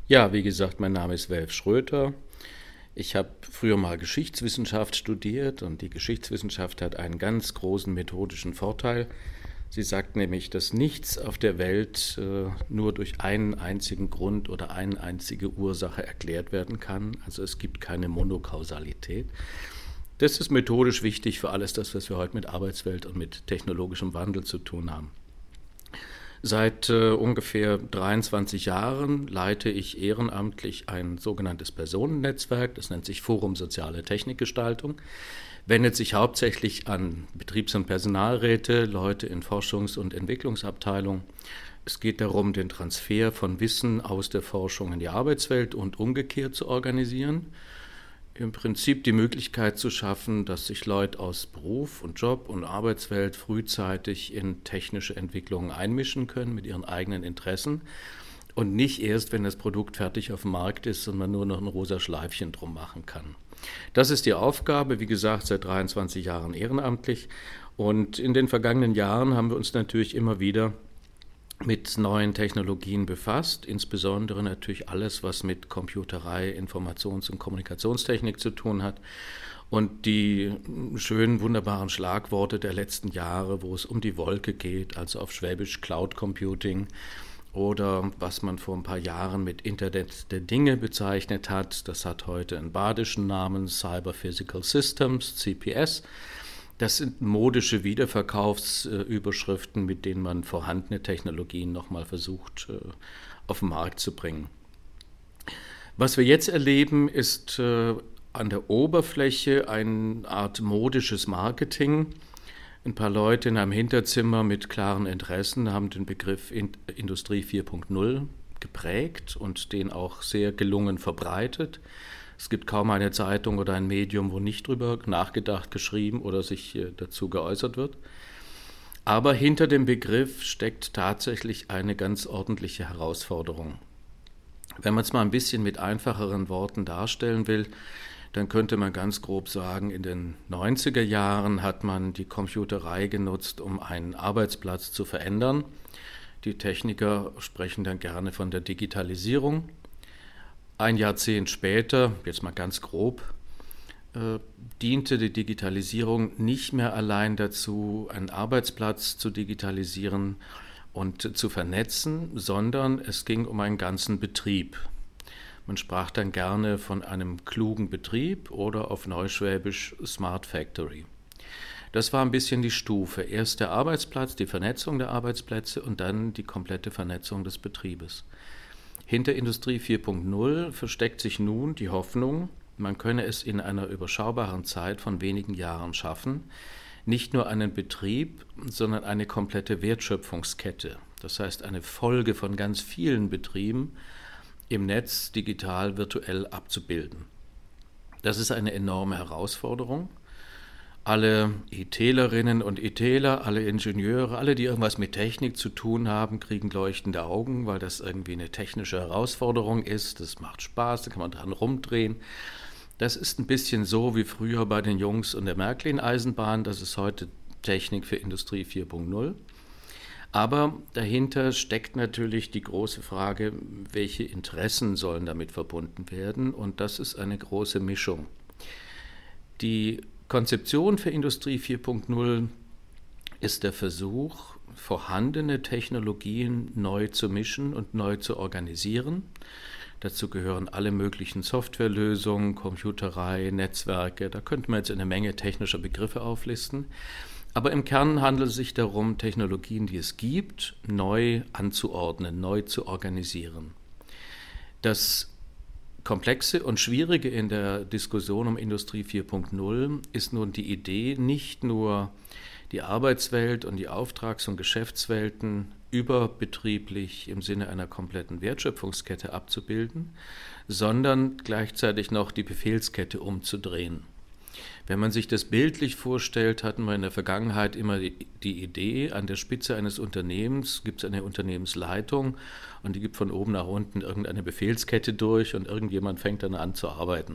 Ja, wie gesagt, mein Name ist Welf Schröter. Ich habe früher mal Geschichtswissenschaft studiert und die Geschichtswissenschaft hat einen ganz großen methodischen Vorteil. Sie sagt nämlich, dass nichts auf der Welt nur durch einen einzigen Grund oder eine einzige Ursache erklärt werden kann. Also es gibt keine Monokausalität. Das ist methodisch wichtig für alles das, was wir heute mit Arbeitswelt und mit technologischem Wandel zu tun haben. Seit ungefähr 23 Jahren leite ich ehrenamtlich ein sogenanntes Personennetzwerk, das nennt sich Forum Soziale Technikgestaltung, wendet sich hauptsächlich an Betriebs- und Personalräte, Leute in Forschungs- und Entwicklungsabteilungen. Es geht darum, den Transfer von Wissen aus der Forschung in die Arbeitswelt und umgekehrt zu organisieren. Im Prinzip die Möglichkeit zu schaffen, dass sich Leute aus Beruf und Job und Arbeitswelt frühzeitig in technische Entwicklungen einmischen können mit ihren eigenen Interessen und nicht erst, wenn das Produkt fertig auf dem Markt ist und man nur noch ein rosa Schleifchen drum machen kann. Das ist die Aufgabe, wie gesagt, seit 23 Jahren ehrenamtlich, und in den vergangenen Jahren haben wir uns natürlich immer wieder mit neuen Technologien befasst, insbesondere natürlich alles, was mit Computerei, Informations- und Kommunikationstechnik zu tun hat. Und die schönen, wunderbaren Schlagworte der letzten Jahre, wo es um die Wolke geht, also auf Schwäbisch Cloud Computing, oder was man vor ein paar Jahren mit Internet der Dinge bezeichnet hat, das hat heute einen badischen Namen, Cyber Physical Systems, CPS. Das sind modische Wiederverkaufsüberschriften, mit denen man vorhandene Technologien nochmal versucht auf den Markt zu bringen. Was wir jetzt erleben, ist an der Oberfläche eine Art modisches Marketing. Ein paar Leute in einem Hinterzimmer mit klaren Interessen haben den Begriff Industrie 4.0 geprägt und den auch sehr gelungen verbreitet. Es gibt kaum eine Zeitung oder ein Medium, wo nicht drüber nachgedacht, geschrieben oder sich dazu geäußert wird. Aber hinter dem Begriff steckt tatsächlich eine ganz ordentliche Herausforderung. Wenn man es mal ein bisschen mit einfacheren Worten darstellen will, dann könnte man ganz grob sagen, in den 90er Jahren hat man die Computerei genutzt, um einen Arbeitsplatz zu verändern. Die Techniker sprechen dann gerne von der Digitalisierung. Ein Jahrzehnt später, jetzt mal ganz grob, diente die Digitalisierung nicht mehr allein dazu, einen Arbeitsplatz zu digitalisieren und zu vernetzen, sondern es ging um einen ganzen Betrieb. Man sprach dann gerne von einem klugen Betrieb oder auf Neuschwäbisch Smart Factory. Das war ein bisschen die Stufe. Erst der Arbeitsplatz, die Vernetzung der Arbeitsplätze und dann die komplette Vernetzung des Betriebes. Hinter Industrie 4.0 versteckt sich nun die Hoffnung, man könne es in einer überschaubaren Zeit von wenigen Jahren schaffen, nicht nur einen Betrieb, sondern eine komplette Wertschöpfungskette. Das heißt, eine Folge von ganz vielen Betrieben im Netz digital, virtuell abzubilden. Das ist eine enorme Herausforderung. Alle ITlerinnen und ITler, alle Ingenieure, alle, die irgendwas mit Technik zu tun haben, kriegen leuchtende Augen, weil das irgendwie eine technische Herausforderung ist. Das macht Spaß, da kann man dran rumdrehen. Das ist ein bisschen so wie früher bei den Jungs und der Märklin-Eisenbahn. Das ist heute Technik für Industrie 4.0. Aber dahinter steckt natürlich die große Frage, welche Interessen sollen damit verbunden werden? Und das ist eine große Mischung. Die Konzeption für Industrie 4.0 ist der Versuch, vorhandene Technologien neu zu mischen und neu zu organisieren. Dazu gehören alle möglichen Softwarelösungen, Computerei, Netzwerke. Da könnte man jetzt eine Menge technischer Begriffe auflisten. Aber im Kern handelt es sich darum, Technologien, die es gibt, neu anzuordnen, neu zu organisieren. Das Komplexe und Schwierige in der Diskussion um Industrie 4.0 ist nun die Idee, nicht nur die Arbeitswelt und die Auftrags- und Geschäftswelten überbetrieblich im Sinne einer kompletten Wertschöpfungskette abzubilden, sondern gleichzeitig noch die Befehlskette umzudrehen. Wenn man sich das bildlich vorstellt, hatten wir in der Vergangenheit immer die Idee, an der Spitze eines Unternehmens gibt es eine Unternehmensleitung und die gibt von oben nach unten irgendeine Befehlskette durch und irgendjemand fängt dann an zu arbeiten.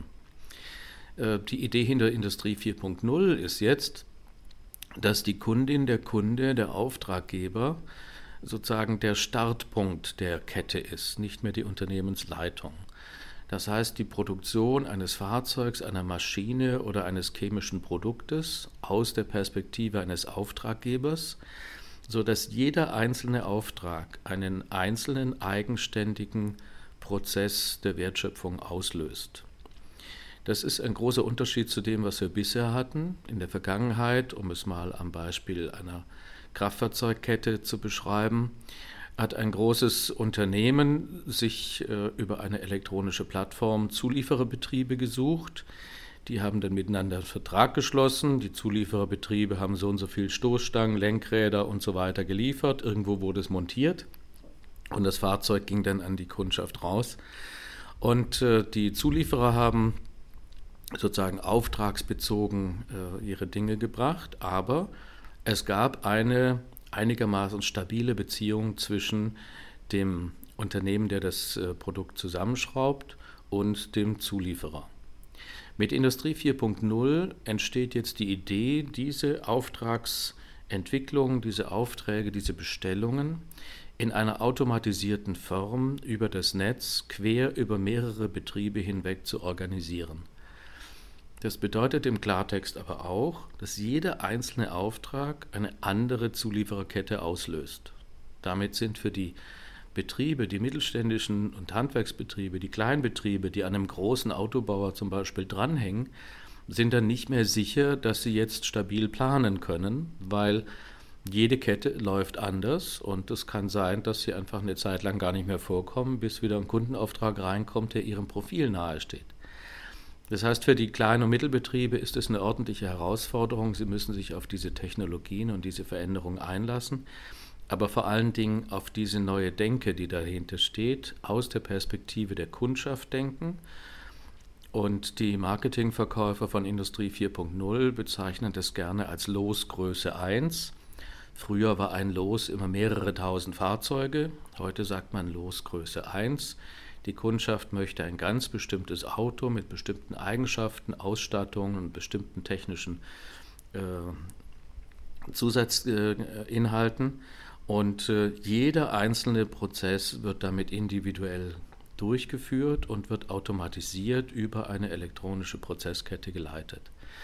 Die Idee hinter Industrie 4.0 ist jetzt, dass die Kundin, der Kunde, der Auftraggeber sozusagen der Startpunkt der Kette ist, nicht mehr die Unternehmensleitung. Das heißt, die Produktion eines Fahrzeugs, einer Maschine oder eines chemischen Produktes aus der Perspektive eines Auftraggebers, sodass jeder einzelne Auftrag einen einzelnen eigenständigen Prozess der Wertschöpfung auslöst. Das ist ein großer Unterschied zu dem, was wir bisher hatten. In der Vergangenheit, um es mal am Beispiel einer Kraftfahrzeugkette zu beschreiben, hat ein großes Unternehmen sich über eine elektronische Plattform Zuliefererbetriebe gesucht. Die haben dann miteinander einen Vertrag geschlossen. Die Zuliefererbetriebe haben so und so viel Stoßstangen, Lenkräder und so weiter geliefert. Irgendwo wurde es montiert und das Fahrzeug ging dann an die Kundschaft raus. Und die Zulieferer haben sozusagen auftragsbezogen ihre Dinge gebracht, aber es gab eine einigermaßen stabile Beziehung zwischen dem Unternehmen, der das Produkt zusammenschraubt, und dem Zulieferer. Mit Industrie 4.0 entsteht jetzt die Idee, diese Auftragsentwicklung, diese Aufträge, diese Bestellungen in einer automatisierten Form über das Netz quer über mehrere Betriebe hinweg zu organisieren. Das bedeutet im Klartext aber auch, dass jeder einzelne Auftrag eine andere Zuliefererkette auslöst. Damit sind für die Betriebe, die mittelständischen und Handwerksbetriebe, die Kleinbetriebe, die an einem großen Autobauer zum Beispiel dranhängen, sind dann nicht mehr sicher, dass sie jetzt stabil planen können, weil jede Kette läuft anders und es kann sein, dass sie einfach eine Zeit lang gar nicht mehr vorkommen, bis wieder ein Kundenauftrag reinkommt, der ihrem Profil nahesteht. Das heißt, für die Klein- und Mittelbetriebe ist es eine ordentliche Herausforderung. Sie müssen sich auf diese Technologien und diese Veränderungen einlassen, aber vor allen Dingen auf diese neue Denke, die dahinter steht, aus der Perspektive der Kundschaft denken. Und die Marketingverkäufer von Industrie 4.0 bezeichnen das gerne als Losgröße 1. Früher war ein Los immer mehrere tausend Fahrzeuge, heute sagt man Losgröße 1. Die Kundschaft möchte ein ganz bestimmtes Auto mit bestimmten Eigenschaften, Ausstattungen und bestimmten technischen Zusatzinhalten. Und jeder einzelne Prozess wird damit individuell durchgeführt und wird automatisiert über eine elektronische Prozesskette geleitet.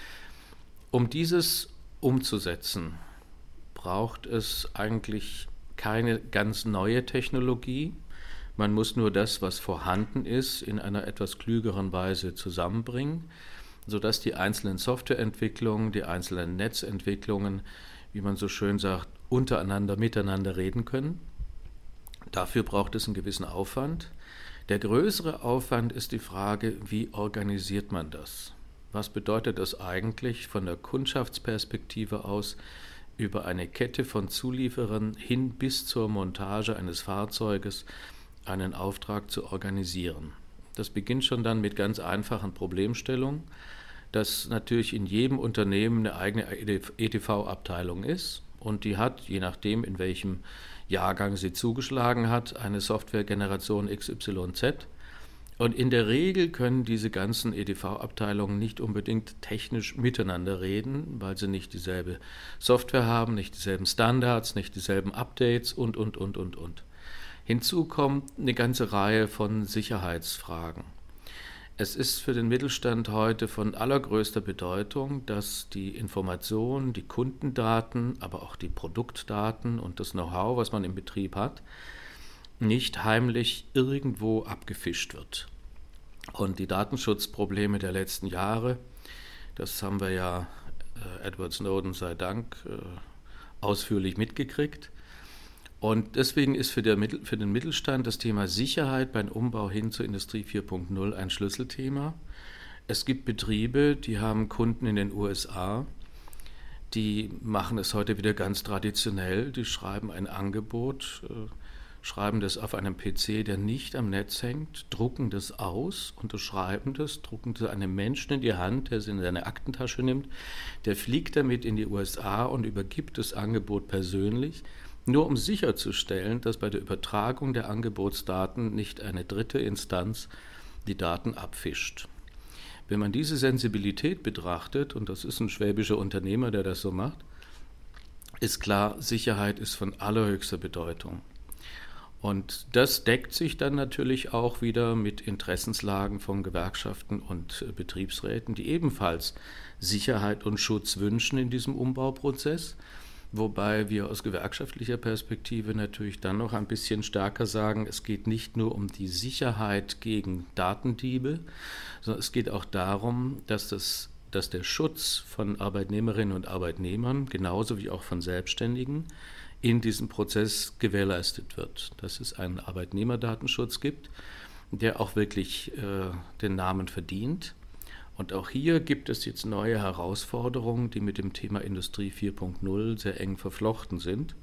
Um dieses umzusetzen, braucht es eigentlich keine ganz neue Technologie. Man muss nur das, was vorhanden ist, in einer etwas klügeren Weise zusammenbringen, sodass die einzelnen Softwareentwicklungen, die einzelnen Netzentwicklungen, wie man so schön sagt, untereinander, miteinander reden können. Dafür braucht es einen gewissen Aufwand. Der größere Aufwand ist die Frage, wie organisiert man das? Was bedeutet das eigentlich von der Kundschaftsperspektive aus, über eine Kette von Zulieferern hin bis zur Montage eines Fahrzeuges einen Auftrag zu organisieren? Das beginnt schon dann mit ganz einfachen Problemstellungen, dass natürlich in jedem Unternehmen eine eigene EDV-Abteilung ist und die hat, je nachdem in welchem Jahrgang sie zugeschlagen hat, eine Softwaregeneration XYZ. Und in der Regel können diese ganzen EDV-Abteilungen nicht unbedingt technisch miteinander reden, weil sie nicht dieselbe Software haben, nicht dieselben Standards, nicht dieselben Updates und. Hinzu kommt eine ganze Reihe von Sicherheitsfragen. Es ist für den Mittelstand heute von allergrößter Bedeutung, dass die Informationen, die Kundendaten, aber auch die Produktdaten und das Know-how, was man im Betrieb hat, nicht heimlich irgendwo abgefischt wird. Und die Datenschutzprobleme der letzten Jahre, das haben wir ja Edward Snowden sei Dank ausführlich mitgekriegt. Und deswegen ist für den Mittelstand das Thema Sicherheit beim Umbau hin zur Industrie 4.0 ein Schlüsselthema. Es gibt Betriebe, die haben Kunden in den USA, die machen es heute wieder ganz traditionell, die schreiben ein Angebot, schreiben das auf einem PC, der nicht am Netz hängt, drucken das aus, unterschreiben das, drucken das einem Menschen in die Hand, der es in seine Aktentasche nimmt, der fliegt damit in die USA und übergibt das Angebot persönlich, nur um sicherzustellen, dass bei der Übertragung der Angebotsdaten nicht eine dritte Instanz die Daten abfischt. Wenn man diese Sensibilität betrachtet, und das ist ein schwäbischer Unternehmer, der das so macht, ist klar, Sicherheit ist von allerhöchster Bedeutung. Und das deckt sich dann natürlich auch wieder mit Interessenslagen von Gewerkschaften und Betriebsräten, die ebenfalls Sicherheit und Schutz wünschen in diesem Umbauprozess. Wobei wir aus gewerkschaftlicher Perspektive natürlich dann noch ein bisschen stärker sagen, es geht nicht nur um die Sicherheit gegen Datendiebe, sondern es geht auch darum, dass der Schutz von Arbeitnehmerinnen und Arbeitnehmern, genauso wie auch von Selbstständigen, in diesem Prozess gewährleistet wird. Dass es einen Arbeitnehmerdatenschutz gibt, der auch wirklich den Namen verdient. Und auch hier gibt es jetzt neue Herausforderungen, die mit dem Thema Industrie 4.0 sehr eng verflochten sind.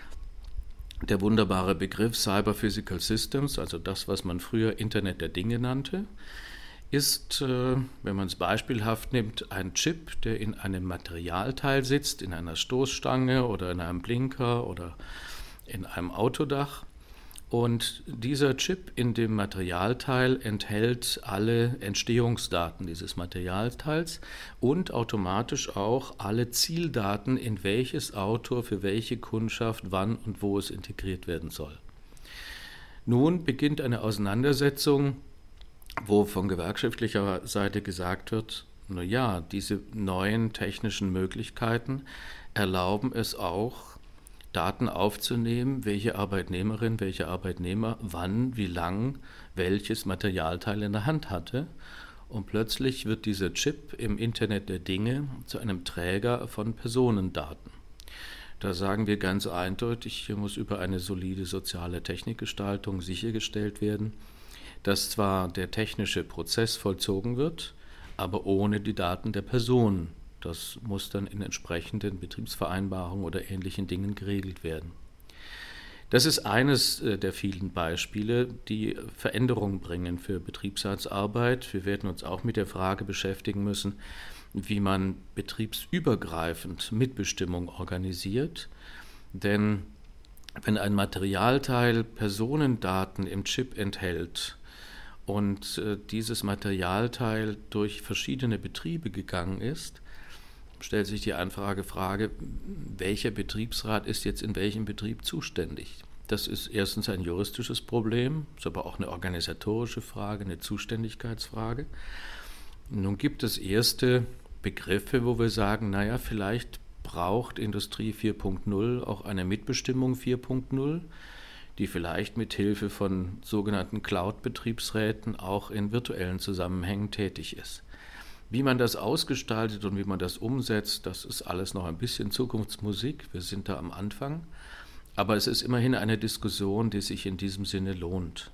Der wunderbare Begriff Cyber Physical Systems, also das, was man früher Internet der Dinge nannte, ist, wenn man es beispielhaft nimmt, ein Chip, der in einem Materialteil sitzt, in einer Stoßstange oder in einem Blinker oder in einem Autodach. Und dieser Chip in dem Materialteil enthält alle Entstehungsdaten dieses Materialteils und automatisch auch alle Zieldaten, in welches Auto für welche Kundschaft wann und wo es integriert werden soll. Nun beginnt eine Auseinandersetzung, wo von gewerkschaftlicher Seite gesagt wird, naja, diese neuen technischen Möglichkeiten erlauben es auch, Daten aufzunehmen, welche Arbeitnehmerin, welcher Arbeitnehmer wann, wie lang welches Materialteil in der Hand hatte. Und plötzlich wird dieser Chip im Internet der Dinge zu einem Träger von Personendaten. Da sagen wir ganz eindeutig, hier muss über eine solide soziale Technikgestaltung sichergestellt werden, dass zwar der technische Prozess vollzogen wird, aber ohne die Daten der Person. Das muss dann in entsprechenden Betriebsvereinbarungen oder ähnlichen Dingen geregelt werden. Das ist eines der vielen Beispiele, die Veränderungen bringen für Betriebsratsarbeit. Wir werden uns auch mit der Frage beschäftigen müssen, wie man betriebsübergreifend Mitbestimmung organisiert. Denn wenn ein Materialteil Personendaten im Chip enthält und dieses Materialteil durch verschiedene Betriebe gegangen ist, stellt sich die Frage, welcher Betriebsrat ist jetzt in welchem Betrieb zuständig? Das ist erstens ein juristisches Problem, ist aber auch eine organisatorische Frage, eine Zuständigkeitsfrage. Nun gibt es erste Begriffe, wo wir sagen, naja, vielleicht braucht Industrie 4.0 auch eine Mitbestimmung 4.0, die vielleicht mit Hilfe von sogenannten Cloud-Betriebsräten auch in virtuellen Zusammenhängen tätig ist. Wie man das ausgestaltet und wie man das umsetzt, das ist alles noch ein bisschen Zukunftsmusik. Wir sind da am Anfang. Aber es ist immerhin eine Diskussion, die sich in diesem Sinne lohnt.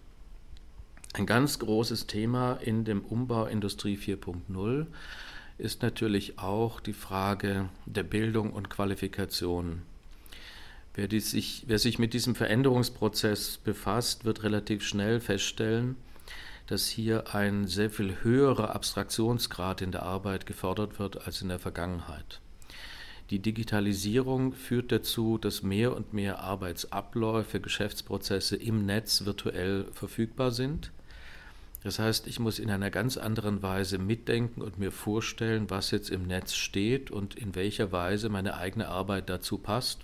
Ein ganz großes Thema in dem Umbau Industrie 4.0 ist natürlich auch die Frage der Bildung und Qualifikation. Wer sich mit diesem Veränderungsprozess befasst, wird relativ schnell feststellen, dass hier ein sehr viel höherer Abstraktionsgrad in der Arbeit gefordert wird als in der Vergangenheit. Die Digitalisierung führt dazu, dass mehr und mehr Arbeitsabläufe, Geschäftsprozesse im Netz virtuell verfügbar sind. Das heißt, ich muss in einer ganz anderen Weise mitdenken und mir vorstellen, was jetzt im Netz steht und in welcher Weise meine eigene Arbeit dazu passt.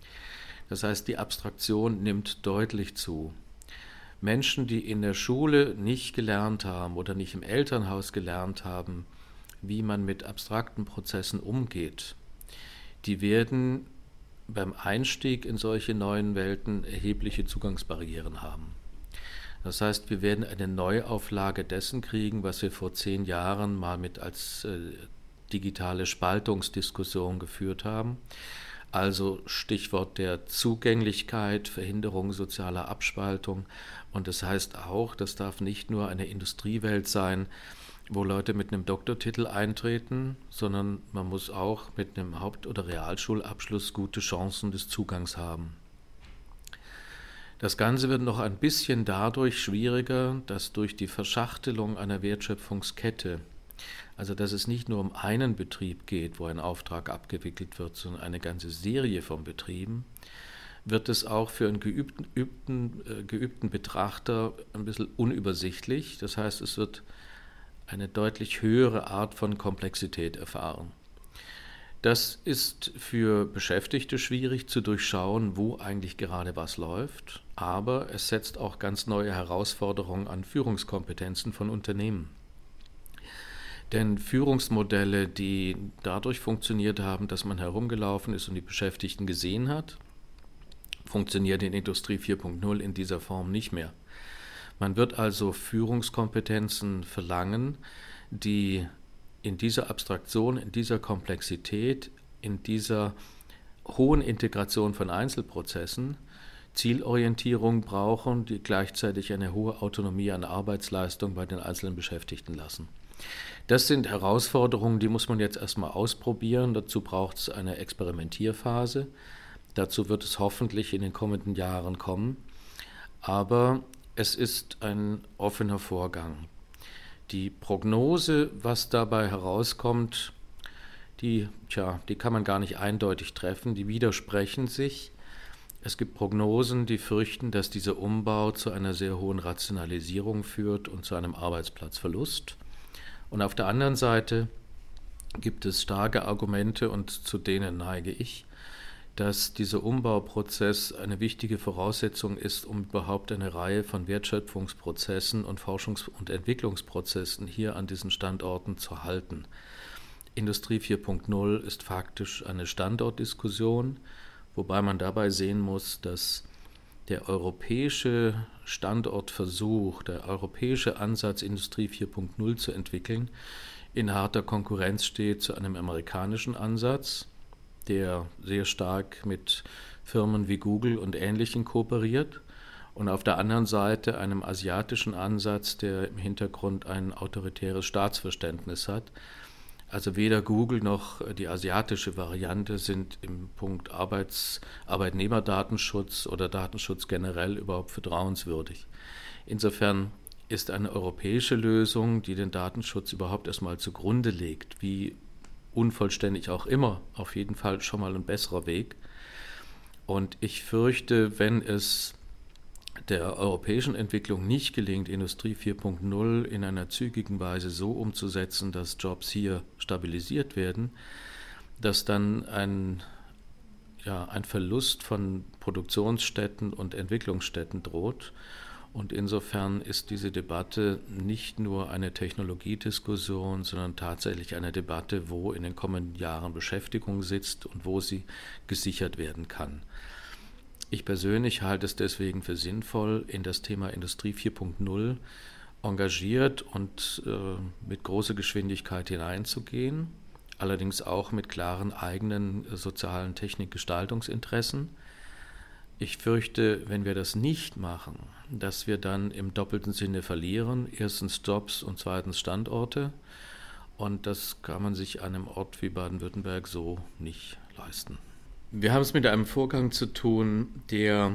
Das heißt, die Abstraktion nimmt deutlich zu. Menschen, die in der Schule nicht gelernt haben oder nicht im Elternhaus gelernt haben, wie man mit abstrakten Prozessen umgeht, die werden beim Einstieg in solche neuen Welten erhebliche Zugangsbarrieren haben. Das heißt, wir werden eine Neuauflage dessen kriegen, was wir vor 10 Jahren mal mit als digitale Spaltungsdiskussion geführt haben. Also Stichwort der Zugänglichkeit, Verhinderung sozialer Abspaltung. Und das heißt auch, das darf nicht nur eine Industriewelt sein, wo Leute mit einem Doktortitel eintreten, sondern man muss auch mit einem Haupt- oder Realschulabschluss gute Chancen des Zugangs haben. Das Ganze wird noch ein bisschen dadurch schwieriger, dass durch die Verschachtelung einer Wertschöpfungskette, also dass es nicht nur um einen Betrieb geht, wo ein Auftrag abgewickelt wird, sondern eine ganze Serie von Betrieben, wird es auch für einen geübten Betrachter ein bisschen unübersichtlich. Das heißt, es wird eine deutlich höhere Art von Komplexität erfahren. Das ist für Beschäftigte schwierig zu durchschauen, wo eigentlich gerade was läuft, aber es setzt auch ganz neue Herausforderungen an Führungskompetenzen von Unternehmen. Denn Führungsmodelle, die dadurch funktioniert haben, dass man herumgelaufen ist und die Beschäftigten gesehen hat, funktioniert in Industrie 4.0 in dieser Form nicht mehr. Man wird also Führungskompetenzen verlangen, die in dieser Abstraktion, in dieser Komplexität, in dieser hohen Integration von Einzelprozessen Zielorientierung brauchen, die gleichzeitig eine hohe Autonomie an Arbeitsleistung bei den einzelnen Beschäftigten lassen. Das sind Herausforderungen, die muss man jetzt erstmal ausprobieren. Dazu braucht es eine Experimentierphase. Dazu wird es hoffentlich in den kommenden Jahren kommen. Aber es ist ein offener Vorgang. Die Prognose, was dabei herauskommt, die kann man gar nicht eindeutig treffen. Die widersprechen sich. Es gibt Prognosen, die fürchten, dass dieser Umbau zu einer sehr hohen Rationalisierung führt und zu einem Arbeitsplatzverlust. Und auf der anderen Seite gibt es starke Argumente, und zu denen neige ich, dass dieser Umbauprozess eine wichtige Voraussetzung ist, um überhaupt eine Reihe von Wertschöpfungsprozessen und Forschungs- und Entwicklungsprozessen hier an diesen Standorten zu halten. Industrie 4.0 ist faktisch eine Standortdiskussion, wobei man dabei sehen muss, dass der europäische Standortversuch, der europäische Ansatz, Industrie 4.0 zu entwickeln, in harter Konkurrenz steht zu einem amerikanischen Ansatz, der sehr stark mit Firmen wie Google und Ähnlichen kooperiert, und auf der anderen Seite einem asiatischen Ansatz, der im Hintergrund ein autoritäres Staatsverständnis hat. Also weder Google noch die asiatische Variante sind im Punkt Arbeitnehmerdatenschutz oder Datenschutz generell überhaupt vertrauenswürdig. Insofern ist eine europäische Lösung, die den Datenschutz überhaupt erstmal zugrunde legt, wie unvollständig auch immer, auf jeden Fall schon mal ein besserer Weg. Und ich fürchte, wenn es der europäischen Entwicklung nicht gelingt, Industrie 4.0 in einer zügigen Weise so umzusetzen, dass Jobs hier stabilisiert werden, dass dann ein Verlust von Produktionsstätten und Entwicklungsstätten droht. Und insofern ist diese Debatte nicht nur eine Technologiediskussion, sondern tatsächlich eine Debatte, wo in den kommenden Jahren Beschäftigung sitzt und wo sie gesichert werden kann. Ich persönlich halte es deswegen für sinnvoll, in das Thema Industrie 4.0 engagiert und mit großer Geschwindigkeit hineinzugehen, allerdings auch mit klaren eigenen sozialen Technikgestaltungsinteressen. Ich fürchte, wenn wir das nicht machen, dass wir dann im doppelten Sinne verlieren, erstens Jobs und zweitens Standorte, und das kann man sich an einem Ort wie Baden-Württemberg so nicht leisten. Wir haben es mit einem Vorgang zu tun, der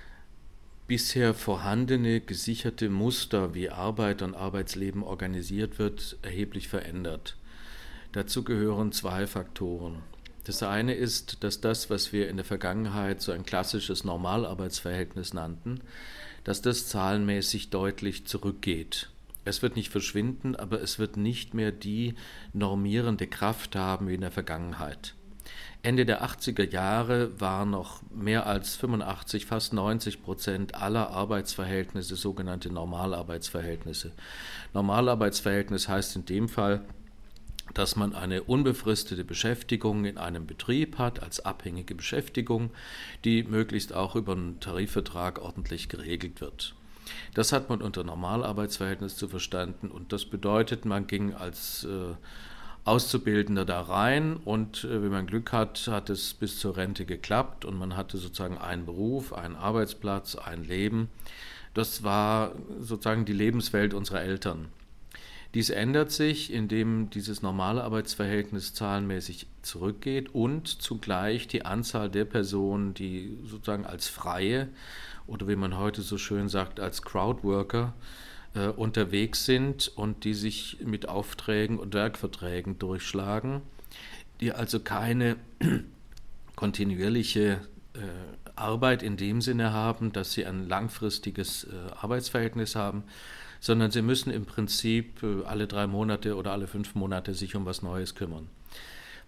bisher vorhandene, gesicherte Muster, wie Arbeit und Arbeitsleben organisiert wird, erheblich verändert. Dazu gehören zwei Faktoren. Das eine ist, dass das, was wir in der Vergangenheit so ein klassisches Normalarbeitsverhältnis nannten, dass das zahlenmäßig deutlich zurückgeht. Es wird nicht verschwinden, aber es wird nicht mehr die normierende Kraft haben wie in der Vergangenheit. Ende der 80er Jahre waren noch mehr als 85, fast 90% aller Arbeitsverhältnisse sogenannte Normalarbeitsverhältnisse. Normalarbeitsverhältnis heißt in dem Fall, dass man eine unbefristete Beschäftigung in einem Betrieb hat, als abhängige Beschäftigung, die möglichst auch über einen Tarifvertrag ordentlich geregelt wird. Das hat man unter Normalarbeitsverhältnis zu verstanden, und das bedeutet, man ging als Auszubildender da rein, und wenn man Glück hat, hat es bis zur Rente geklappt und man hatte sozusagen einen Beruf, einen Arbeitsplatz, ein Leben. Das war sozusagen die Lebenswelt unserer Eltern. Dies ändert sich, indem dieses normale Arbeitsverhältnis zahlenmäßig zurückgeht und zugleich die Anzahl der Personen, die sozusagen als Freie oder wie man heute so schön sagt, als Crowdworker unterwegs sind und die sich mit Aufträgen und Werkverträgen durchschlagen, die also keine kontinuierliche Arbeit in dem Sinne haben, dass sie ein langfristiges Arbeitsverhältnis haben, sondern sie müssen im Prinzip alle 3 Monate oder alle 5 Monate sich um was Neues kümmern.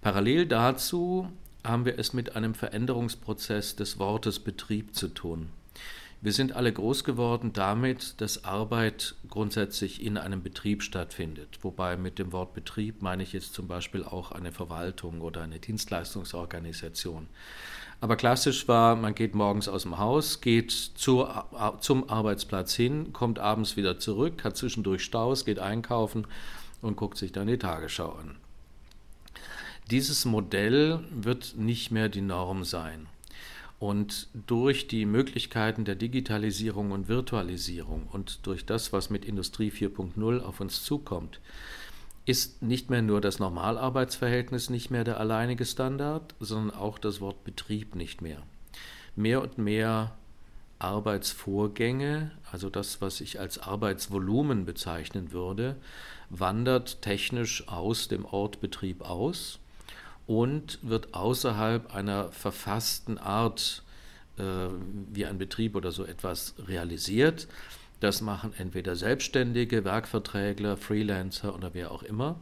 Parallel dazu haben wir es mit einem Veränderungsprozess des Wortes Betrieb zu tun. Wir sind alle groß geworden damit, dass Arbeit grundsätzlich in einem Betrieb stattfindet. Wobei mit dem Wort Betrieb meine ich jetzt zum Beispiel auch eine Verwaltung oder eine Dienstleistungsorganisation. Aber klassisch war, man geht morgens aus dem Haus, geht zum Arbeitsplatz hin, kommt abends wieder zurück, hat zwischendurch Staus, geht einkaufen und guckt sich dann die Tagesschau an. Dieses Modell wird nicht mehr die Norm sein. Und durch die Möglichkeiten der Digitalisierung und Virtualisierung und durch das, was mit Industrie 4.0 auf uns zukommt, ist nicht mehr nur das Normalarbeitsverhältnis nicht mehr der alleinige Standard, sondern auch das Wort Betrieb nicht mehr. Mehr und mehr Arbeitsvorgänge, also das, was ich als Arbeitsvolumen bezeichnen würde, wandert technisch aus dem Ort Betrieb aus und wird außerhalb einer verfassten Art, wie ein Betrieb oder so etwas realisiert. Das machen entweder Selbstständige, Werkverträgler, Freelancer oder wer auch immer.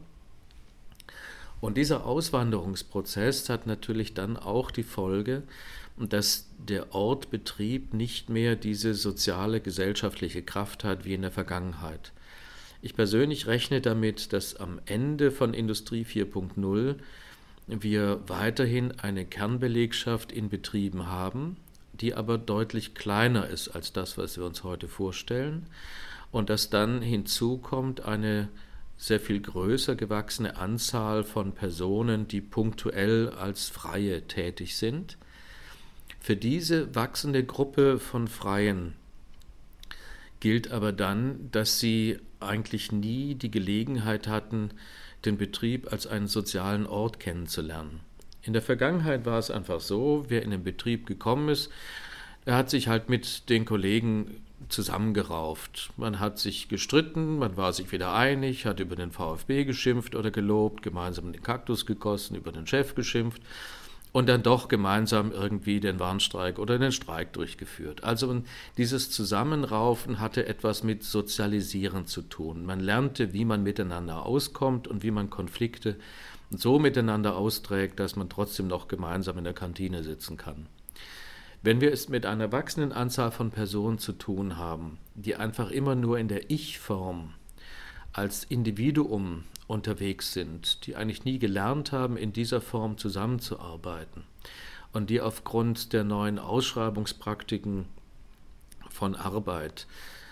Und dieser Auswanderungsprozess hat natürlich dann auch die Folge, dass der Ort Betrieb nicht mehr diese soziale, gesellschaftliche Kraft hat wie in der Vergangenheit. Ich persönlich rechne damit, dass am Ende von Industrie 4.0 wir weiterhin eine Kernbelegschaft in Betrieben haben, die aber deutlich kleiner ist als das, was wir uns heute vorstellen, und dass dann hinzukommt eine sehr viel größer gewachsene Anzahl von Personen, die punktuell als Freie tätig sind. Für diese wachsende Gruppe von Freien gilt aber dann, dass sie eigentlich nie die Gelegenheit hatten, den Betrieb als einen sozialen Ort kennenzulernen. In der Vergangenheit war es einfach so, wer in den Betrieb gekommen ist, er hat sich halt mit den Kollegen zusammengerauft. Man hat sich gestritten, man war sich wieder einig, hat über den VfB geschimpft oder gelobt, gemeinsam den Kaktus gegossen, über den Chef geschimpft und dann doch gemeinsam irgendwie den Warnstreik oder den Streik durchgeführt. Also dieses Zusammenraufen hatte etwas mit Sozialisieren zu tun. Man lernte, wie man miteinander auskommt und wie man Konflikte so miteinander austrägt, dass man trotzdem noch gemeinsam in der Kantine sitzen kann. Wenn wir es mit einer wachsenden Anzahl von Personen zu tun haben, die einfach immer nur in der Ich-Form als Individuum unterwegs sind, die eigentlich nie gelernt haben, in dieser Form zusammenzuarbeiten und die aufgrund der neuen Ausschreibungspraktiken von Arbeit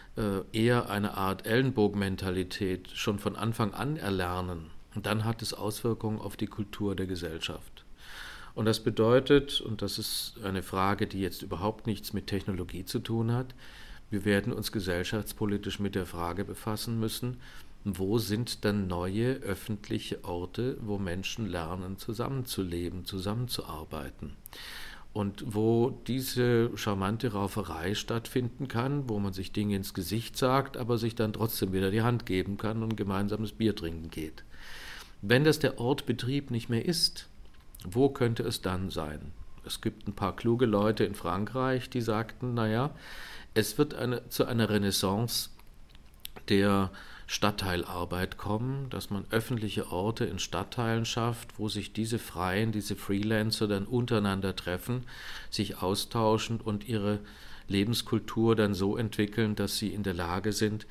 eher eine Art Ellenbogenmentalität schon von Anfang an erlernen, dann hat es Auswirkungen auf die Kultur der Gesellschaft. Und das bedeutet, und das ist eine Frage, die jetzt überhaupt nichts mit Technologie zu tun hat, wir werden uns gesellschaftspolitisch mit der Frage befassen müssen, wo sind dann neue öffentliche Orte, wo Menschen lernen, zusammenzuleben, zusammenzuarbeiten. Und wo diese charmante Rauferei stattfinden kann, wo man sich Dinge ins Gesicht sagt, aber sich dann trotzdem wieder die Hand geben kann und gemeinsames Bier trinken geht. Wenn das der Ort Betrieb nicht mehr ist, wo könnte es dann sein? Es gibt ein paar kluge Leute in Frankreich, die sagten, naja, es wird zu einer Renaissance der Stadtteilarbeit kommen, dass man öffentliche Orte in Stadtteilen schafft, wo sich diese Freien, diese Freelancer dann untereinander treffen, sich austauschen und ihre Lebenskultur dann so entwickeln, dass sie in der Lage sind,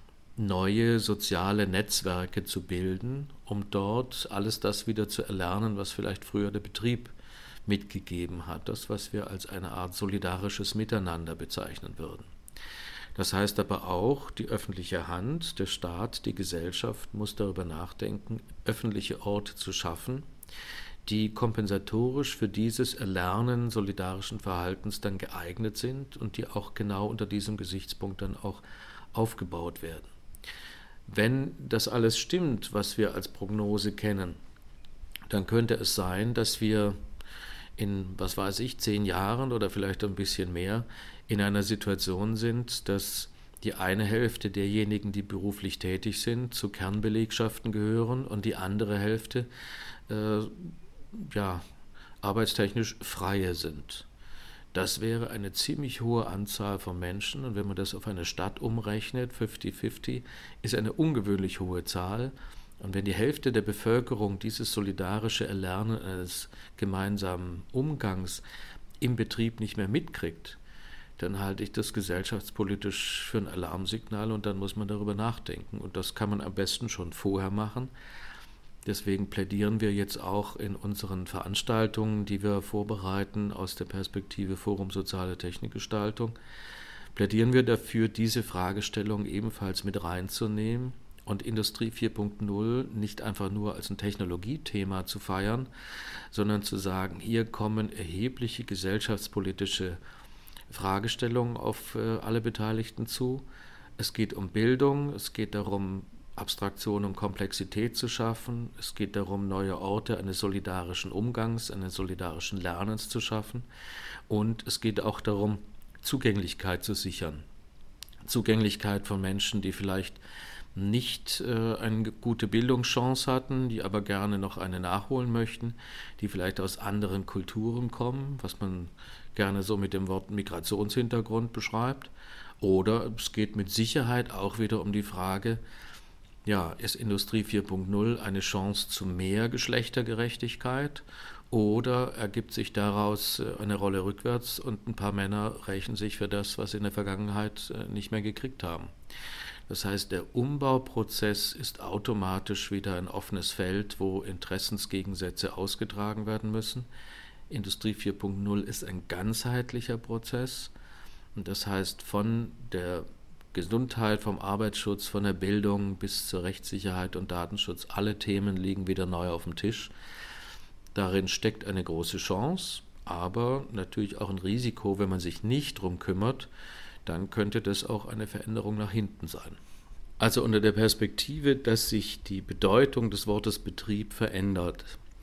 neue soziale Netzwerke zu bilden, um dort alles das wieder zu erlernen, was vielleicht früher der Betrieb mitgegeben hat, das, was wir als eine Art solidarisches Miteinander bezeichnen würden. Das heißt aber auch, die öffentliche Hand, der Staat, die Gesellschaft muss darüber nachdenken, öffentliche Orte zu schaffen, die kompensatorisch für dieses Erlernen solidarischen Verhaltens dann geeignet sind und die auch genau unter diesem Gesichtspunkt dann auch aufgebaut werden. Wenn das alles stimmt, was wir als Prognose kennen, dann könnte es sein, dass wir in, 10 Jahren oder vielleicht ein bisschen mehr in einer Situation sind, dass die eine Hälfte derjenigen, die beruflich tätig sind, zu Kernbelegschaften gehören und die andere Hälfte arbeitstechnisch Freie sind. Das wäre eine ziemlich hohe Anzahl von Menschen und wenn man das auf eine Stadt umrechnet, 50-50, ist eine ungewöhnlich hohe Zahl Und wenn die Hälfte der Bevölkerung dieses solidarische Erlernen eines gemeinsamen Umgangs im Betrieb nicht mehr mitkriegt, dann halte ich das gesellschaftspolitisch für ein Alarmsignal und dann muss man darüber nachdenken. Und das kann man am besten schon vorher machen. Deswegen plädieren wir jetzt auch in unseren Veranstaltungen, die wir vorbereiten aus der Perspektive Forum Soziale Technikgestaltung, plädieren wir dafür, diese Fragestellung ebenfalls mit reinzunehmen und Industrie 4.0 nicht einfach nur als ein Technologiethema zu feiern, sondern zu sagen, hier kommen erhebliche gesellschaftspolitische Fragestellungen auf alle Beteiligten zu. Es geht um Bildung, es geht darum, Abstraktion und Komplexität zu schaffen. Es geht darum, neue Orte eines solidarischen Umgangs, eines solidarischen Lernens zu schaffen. Und es geht auch darum, Zugänglichkeit zu sichern. Zugänglichkeit von Menschen, die vielleicht nicht eine gute Bildungschance hatten, die aber gerne noch eine nachholen möchten, die vielleicht aus anderen Kulturen kommen, was man gerne so mit dem Wort Migrationshintergrund beschreibt. Oder es geht mit Sicherheit auch wieder um die Frage, ja, ist Industrie 4.0 eine Chance zu mehr Geschlechtergerechtigkeit oder ergibt sich daraus eine Rolle rückwärts und ein paar Männer rächen sich für das, was sie in der Vergangenheit nicht mehr gekriegt haben? Das heißt, der Umbauprozess ist automatisch wieder ein offenes Feld, wo Interessensgegensätze ausgetragen werden müssen. Industrie 4.0 ist ein ganzheitlicher Prozess und das heißt von der Gesundheit, vom Arbeitsschutz, von der Bildung bis zur Rechtssicherheit und Datenschutz, alle Themen liegen wieder neu auf dem Tisch. Darin steckt eine große Chance, aber natürlich auch ein Risiko, wenn man sich nicht drum kümmert, dann könnte das auch eine Veränderung nach hinten sein. Also unter der Perspektive, dass sich die Bedeutung des Wortes Betrieb verändert,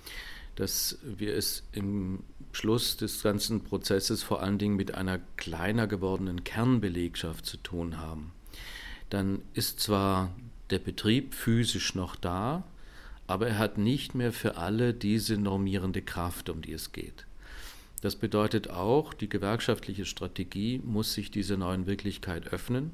dass wir es im Schluss des ganzen Prozesses vor allen Dingen mit einer kleiner gewordenen Kernbelegschaft zu tun haben, dann ist zwar der Betrieb physisch noch da, aber er hat nicht mehr für alle diese normierende Kraft, um die es geht. Das bedeutet auch, die gewerkschaftliche Strategie muss sich dieser neuen Wirklichkeit öffnen.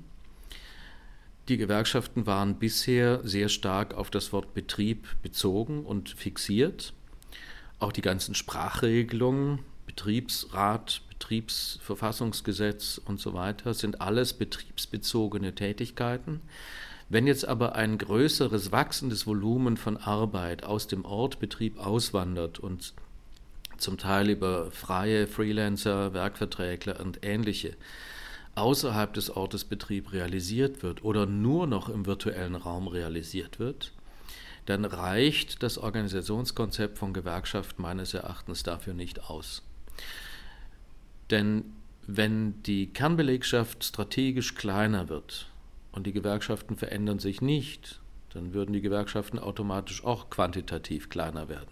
Die Gewerkschaften waren bisher sehr stark auf das Wort Betrieb bezogen und fixiert. Auch die ganzen Sprachregelungen, Betriebsrat, Betriebsverfassungsgesetz und so weiter, sind alles betriebsbezogene Tätigkeiten. Wenn jetzt aber ein größeres, wachsendes Volumen von Arbeit aus dem Ort Betrieb auswandert und zum Teil über freie Freelancer, Werkverträgler und ähnliche außerhalb des Ortes Betrieb realisiert wird oder nur noch im virtuellen Raum realisiert wird, dann reicht das Organisationskonzept von Gewerkschaften meines Erachtens dafür nicht aus. Denn wenn die Kernbelegschaft strategisch kleiner wird und die Gewerkschaften verändern sich nicht, dann würden die Gewerkschaften automatisch auch quantitativ kleiner werden.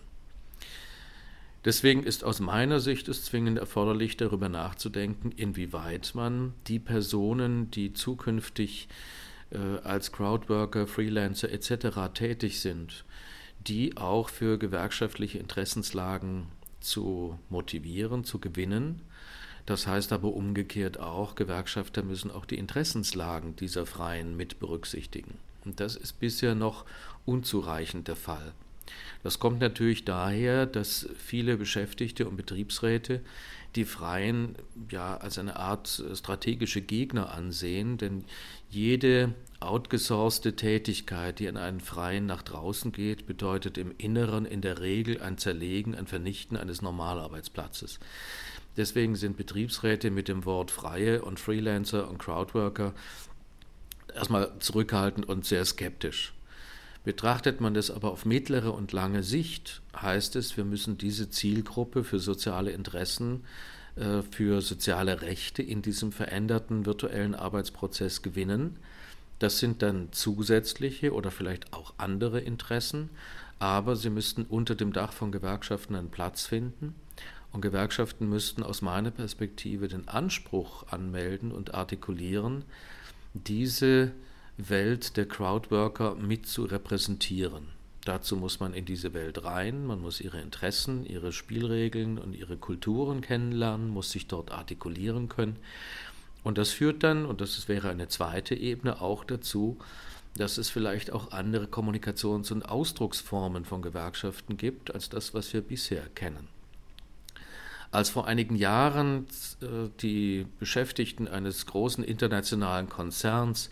Deswegen ist aus meiner Sicht es zwingend erforderlich, darüber nachzudenken, inwieweit man die Personen, die zukünftig als Crowdworker, Freelancer etc. tätig sind, die auch für gewerkschaftliche Interessenslagen zu motivieren, zu gewinnen. Das heißt aber umgekehrt auch, Gewerkschafter müssen auch die Interessenslagen dieser Freien mit berücksichtigen. Und das ist bisher noch unzureichend der Fall. Das kommt natürlich daher, dass viele Beschäftigte und Betriebsräte die Freien ja als eine Art strategische Gegner ansehen, denn jede outgesourcete Tätigkeit, die an einen Freien nach draußen geht, bedeutet im Inneren in der Regel ein Zerlegen, ein Vernichten eines Normalarbeitsplatzes. Deswegen sind Betriebsräte mit dem Wort Freie und Freelancer und Crowdworker erstmal zurückhaltend und sehr skeptisch. Betrachtet man das aber auf mittlere und lange Sicht, heißt es, wir müssen diese Zielgruppe für soziale Interessen, für soziale Rechte in diesem veränderten virtuellen Arbeitsprozess gewinnen. Das sind dann zusätzliche oder vielleicht auch andere Interessen, aber sie müssten unter dem Dach von Gewerkschaften einen Platz finden. Und Gewerkschaften müssten aus meiner Perspektive den Anspruch anmelden und artikulieren, diese Welt der Crowdworker mit zu repräsentieren. Dazu muss man in diese Welt rein, man muss ihre Interessen, ihre Spielregeln und ihre Kulturen kennenlernen, muss sich dort artikulieren können. Und das führt dann, und das wäre eine zweite Ebene, auch dazu, dass es vielleicht auch andere Kommunikations- und Ausdrucksformen von Gewerkschaften gibt, als das, was wir bisher kennen. Als vor einigen Jahren die Beschäftigten eines großen internationalen Konzerns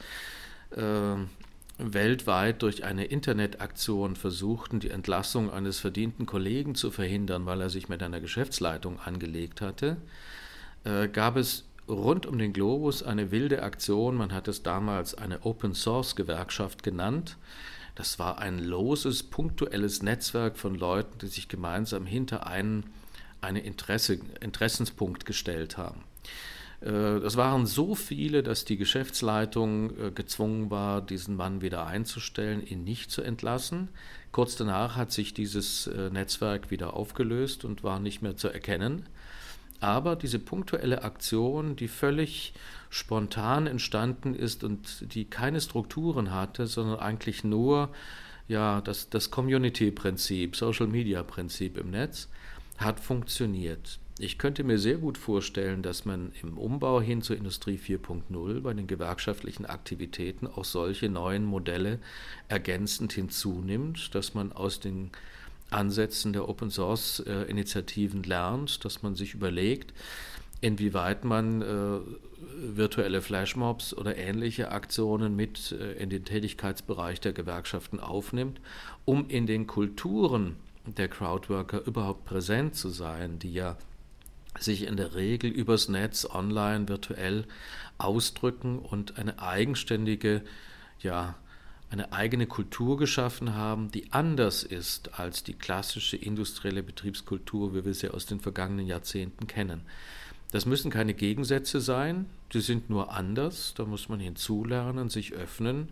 weltweit durch eine Internetaktion versuchten, die Entlassung eines verdienten Kollegen zu verhindern, weil er sich mit einer Geschäftsleitung angelegt hatte, gab es rund um den Globus eine wilde Aktion. Man hat es damals eine Open-Source-Gewerkschaft genannt. Das war ein loses, punktuelles Netzwerk von Leuten, die sich gemeinsam hinter einen Interessenspunkt gestellt haben. Das waren so viele, dass die Geschäftsleitung gezwungen war, diesen Mann wieder einzustellen, ihn nicht zu entlassen. Kurz danach hat sich dieses Netzwerk wieder aufgelöst und war nicht mehr zu erkennen. Aber diese punktuelle Aktion, die völlig spontan entstanden ist und die keine Strukturen hatte, sondern eigentlich nur das Community-Prinzip, Social-Media-Prinzip im Netz, hat funktioniert. Ich könnte mir sehr gut vorstellen, dass man im Umbau hin zur Industrie 4.0 bei den gewerkschaftlichen Aktivitäten auch solche neuen Modelle ergänzend hinzunimmt, dass man aus den Ansätzen der Open-Source-Initiativen lernt, dass man sich überlegt, inwieweit man virtuelle Flashmobs oder ähnliche Aktionen mit in den Tätigkeitsbereich der Gewerkschaften aufnimmt, um in den Kulturen der Crowdworker überhaupt präsent zu sein, die ja sich in der Regel übers Netz, online, virtuell ausdrücken und eine eigenständige, eine eigene Kultur geschaffen haben, die anders ist als die klassische industrielle Betriebskultur, wie wir sie aus den vergangenen Jahrzehnten kennen. Das müssen keine Gegensätze sein, die sind nur anders, da muss man hinzulernen, sich öffnen.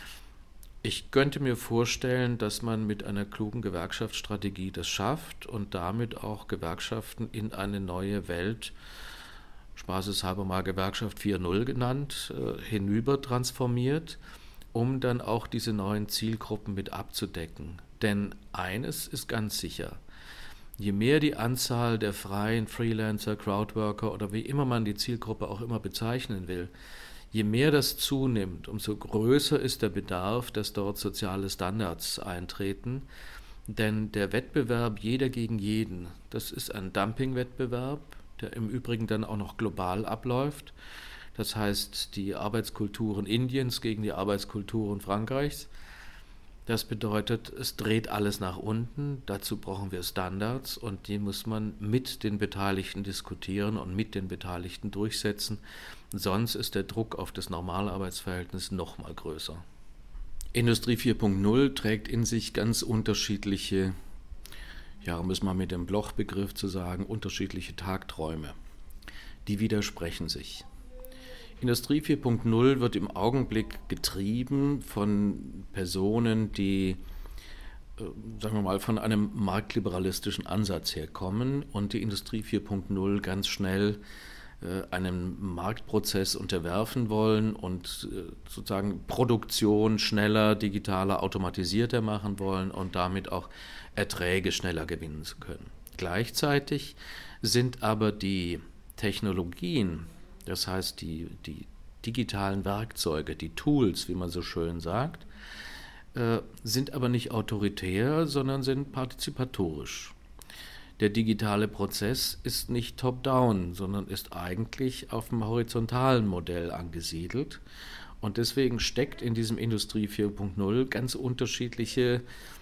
Ich könnte mir vorstellen, dass man mit einer klugen Gewerkschaftsstrategie das schafft und damit auch Gewerkschaften in eine neue Welt, spaßeshalber mal Gewerkschaft 4.0 genannt, hinüber transformiert, um dann auch diese neuen Zielgruppen mit abzudecken. Denn eines ist ganz sicher: Je mehr die Anzahl der freien Freelancer, Crowdworker oder wie immer man die Zielgruppe auch immer bezeichnen will, je mehr das zunimmt, umso größer ist der Bedarf, dass dort soziale Standards eintreten. Denn der Wettbewerb jeder gegen jeden, das ist ein Dumpingwettbewerb, der im Übrigen dann auch noch global abläuft. Das heißt, die Arbeitskulturen Indiens gegen die Arbeitskulturen Frankreichs. Das bedeutet, es dreht alles nach unten, dazu brauchen wir Standards und die muss man mit den Beteiligten diskutieren und mit den Beteiligten durchsetzen, sonst ist der Druck auf das Normalarbeitsverhältnis noch mal größer. Industrie 4.0 trägt in sich ganz unterschiedliche, um es mal mit dem Bloch-Begriff zu sagen, unterschiedliche Tagträume. Die widersprechen sich. Industrie 4.0 wird im Augenblick getrieben von Personen, die, sagen wir mal, von einem marktliberalistischen Ansatz herkommen und die Industrie 4.0 ganz schnell einem Marktprozess unterwerfen wollen und sozusagen Produktion schneller, digitaler, automatisierter machen wollen und damit auch Erträge schneller gewinnen zu können. Gleichzeitig sind aber die Technologien, das heißt, die digitalen Werkzeuge, die Tools, wie man so schön sagt, sind aber nicht autoritär, sondern sind partizipatorisch. Der digitale Prozess ist nicht top-down, sondern ist eigentlich auf dem horizontalen Modell angesiedelt. Und deswegen steckt in diesem Industrie 4.0 ganz unterschiedliche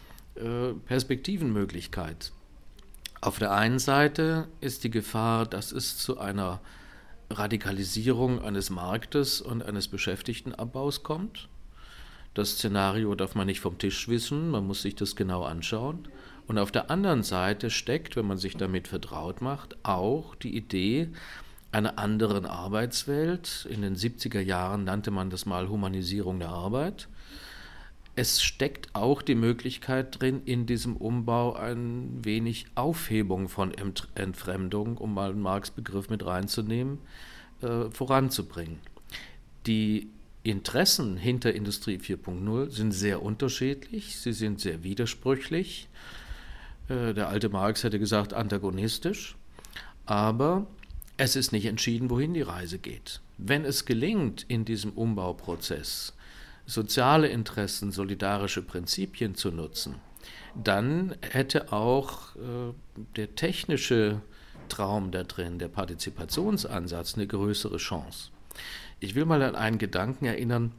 Perspektivenmöglichkeit. Auf der einen Seite ist die Gefahr, dass es zu einer Radikalisierung eines Marktes und eines Beschäftigtenabbaus kommt. Das Szenario darf man nicht vom Tisch wissen, man muss sich das genau anschauen. Und auf der anderen Seite steckt, wenn man sich damit vertraut macht, auch die Idee einer anderen Arbeitswelt. In den 70er Jahren nannte man das mal Humanisierung der Arbeit. Es steckt auch die Möglichkeit drin, in diesem Umbau ein wenig Aufhebung von Entfremdung, um mal einen Marx-Begriff mit reinzunehmen, voranzubringen. Die Interessen hinter Industrie 4.0 sind sehr unterschiedlich, sie sind sehr widersprüchlich. Der alte Marx hätte gesagt antagonistisch, aber es ist nicht entschieden, wohin die Reise geht. Wenn es gelingt, in diesem Umbauprozess soziale Interessen, solidarische Prinzipien zu nutzen, dann hätte auch der technische Traum da drin, der Partizipationsansatz, eine größere Chance. Ich will mal an einen Gedanken erinnern,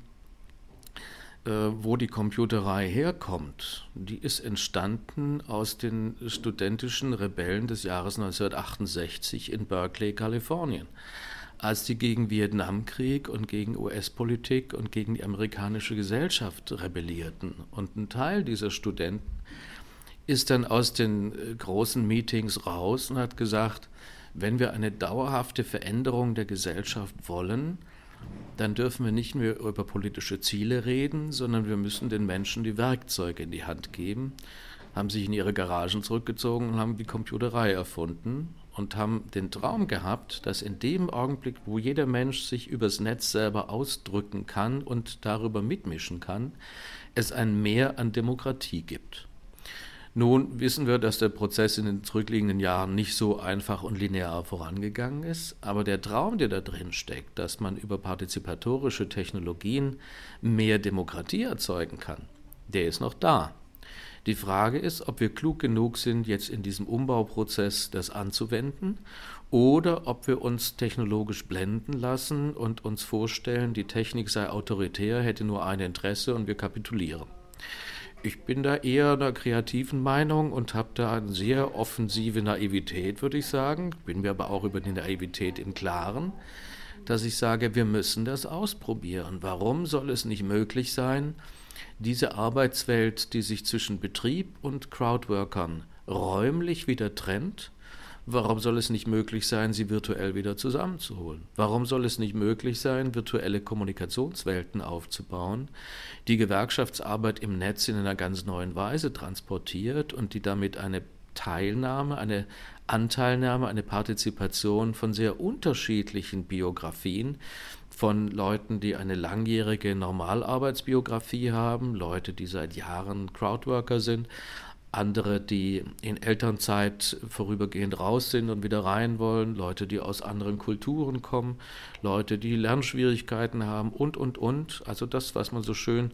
wo die Computerei herkommt. Die ist entstanden aus den studentischen Rebellen des Jahres 1968 in Berkeley, Kalifornien, als die gegen Vietnamkrieg und gegen US-Politik und gegen die amerikanische Gesellschaft rebellierten. Und ein Teil dieser Studenten ist dann aus den großen Meetings raus und hat gesagt, wenn wir eine dauerhafte Veränderung der Gesellschaft wollen, dann dürfen wir nicht mehr über politische Ziele reden, sondern wir müssen den Menschen die Werkzeuge in die Hand geben, haben sich in ihre Garagen zurückgezogen und haben die Computerei erfunden und haben den Traum gehabt, dass in dem Augenblick, wo jeder Mensch sich übers Netz selber ausdrücken kann und darüber mitmischen kann, es ein Mehr an Demokratie gibt. Nun wissen wir, dass der Prozess in den zurückliegenden Jahren nicht so einfach und linear vorangegangen ist, aber der Traum, der da drin steckt, dass man über partizipatorische Technologien mehr Demokratie erzeugen kann, der ist noch da. Die Frage ist, ob wir klug genug sind, jetzt in diesem Umbauprozess das anzuwenden oder ob wir uns technologisch blenden lassen und uns vorstellen, die Technik sei autoritär, hätte nur ein Interesse und wir kapitulieren. Ich bin da eher einer kreativen Meinung und habe da eine sehr offensive Naivität, würde ich sagen. Bin mir aber auch über die Naivität im Klaren, dass ich sage, wir müssen das ausprobieren. Warum soll es nicht möglich sein, diese Arbeitswelt, die sich zwischen Betrieb und Crowdworkern räumlich wieder trennt, warum soll es nicht möglich sein, sie virtuell wieder zusammenzuholen? Warum soll es nicht möglich sein, virtuelle Kommunikationswelten aufzubauen, die Gewerkschaftsarbeit im Netz in einer ganz neuen Weise transportiert und die damit eine Teilnahme, eine Anteilnahme, eine Partizipation von sehr unterschiedlichen Biografien, von Leuten, die eine langjährige Normalarbeitsbiografie haben, Leute, die seit Jahren Crowdworker sind, andere, die in Elternzeit vorübergehend raus sind und wieder rein wollen, Leute, die aus anderen Kulturen kommen, Leute, die Lernschwierigkeiten haben und. Also das, was man so schön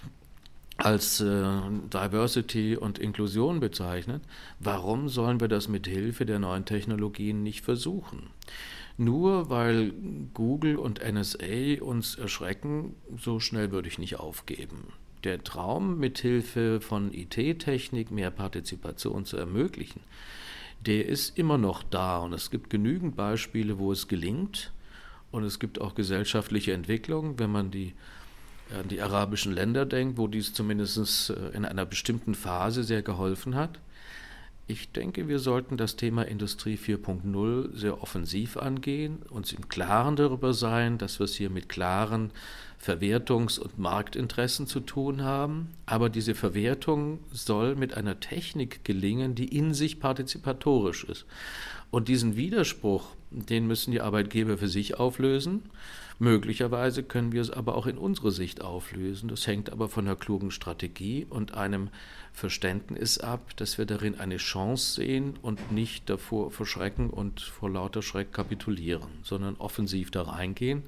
als Diversity und Inklusion bezeichnet. Warum sollen wir das mit Hilfe der neuen Technologien nicht versuchen? Nur weil Google und NSA uns erschrecken, so schnell würde ich nicht aufgeben. Der Traum, mithilfe von IT-Technik mehr Partizipation zu ermöglichen, der ist immer noch da und es gibt genügend Beispiele, wo es gelingt und es gibt auch gesellschaftliche Entwicklungen, wenn man an die arabischen Länder denkt, wo dies zumindest in einer bestimmten Phase sehr geholfen hat. Ich denke, wir sollten das Thema Industrie 4.0 sehr offensiv angehen, uns im Klaren darüber sein, dass wir es hier mit klaren Verwertungs- und Marktinteressen zu tun haben. Aber diese Verwertung soll mit einer Technik gelingen, die in sich partizipatorisch ist. Und diesen Widerspruch, den müssen die Arbeitgeber für sich auflösen. Möglicherweise können wir es aber auch in unsere Sicht auflösen. Das hängt aber von einer klugen Strategie und einem Verständnis ab, dass wir darin eine Chance sehen und nicht davor verschrecken und vor lauter Schreck kapitulieren, sondern offensiv da reingehen.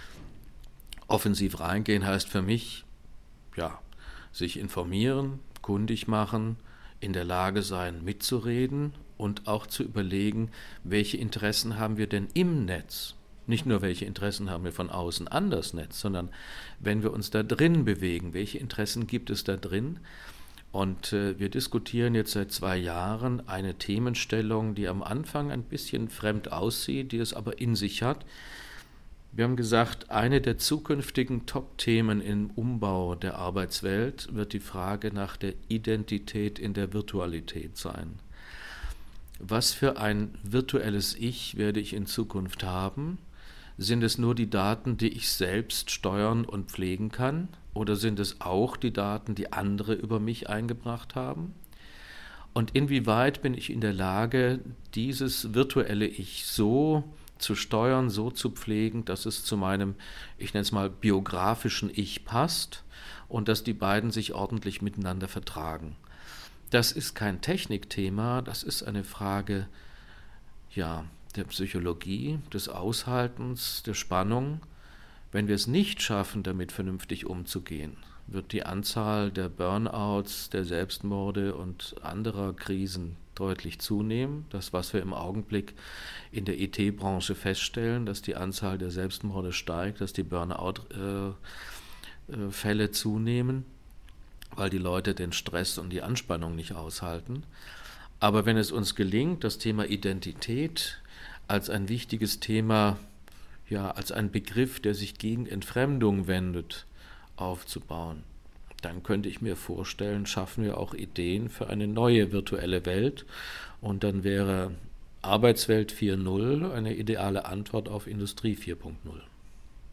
Offensiv reingehen heißt für mich, ja, sich informieren, kundig machen, in der Lage sein, mitzureden und auch zu überlegen, welche Interessen haben wir denn im Netz? Nicht nur, welche Interessen haben wir von außen an das Netz, sondern wenn wir uns da drin bewegen, welche Interessen gibt es da drin? Und wir diskutieren jetzt seit 2 Jahren eine Themenstellung, die am Anfang ein bisschen fremd aussieht, die es aber in sich hat. Wir haben gesagt, eine der zukünftigen Top-Themen im Umbau der Arbeitswelt wird die Frage nach der Identität in der Virtualität sein. Was für ein virtuelles Ich werde ich in Zukunft haben? Sind es nur die Daten, die ich selbst steuern und pflegen kann? Oder sind es auch die Daten, die andere über mich eingebracht haben? Und inwieweit bin ich in der Lage, dieses virtuelle Ich so zu steuern, so zu pflegen, dass es zu meinem, ich nenne es mal, biografischen Ich passt und dass die beiden sich ordentlich miteinander vertragen? Das ist kein Technikthema, das ist eine Frage, ja, der Psychologie, des Aushaltens, der Spannung. Wenn wir es nicht schaffen, damit vernünftig umzugehen, wird die Anzahl der Burnouts, der Selbstmorde und anderer Krisen deutlich zunehmen. Das, was wir im Augenblick in der IT-Branche feststellen, dass die Anzahl der Selbstmorde steigt, dass die Burnout-Fälle zunehmen, weil die Leute den Stress und die Anspannung nicht aushalten. Aber wenn es uns gelingt, das Thema Identität als ein wichtiges Thema, ja, als ein Begriff, der sich gegen Entfremdung wendet, aufzubauen, dann könnte ich mir vorstellen, schaffen wir auch Ideen für eine neue virtuelle Welt und dann wäre Arbeitswelt 4.0 eine ideale Antwort auf Industrie 4.0.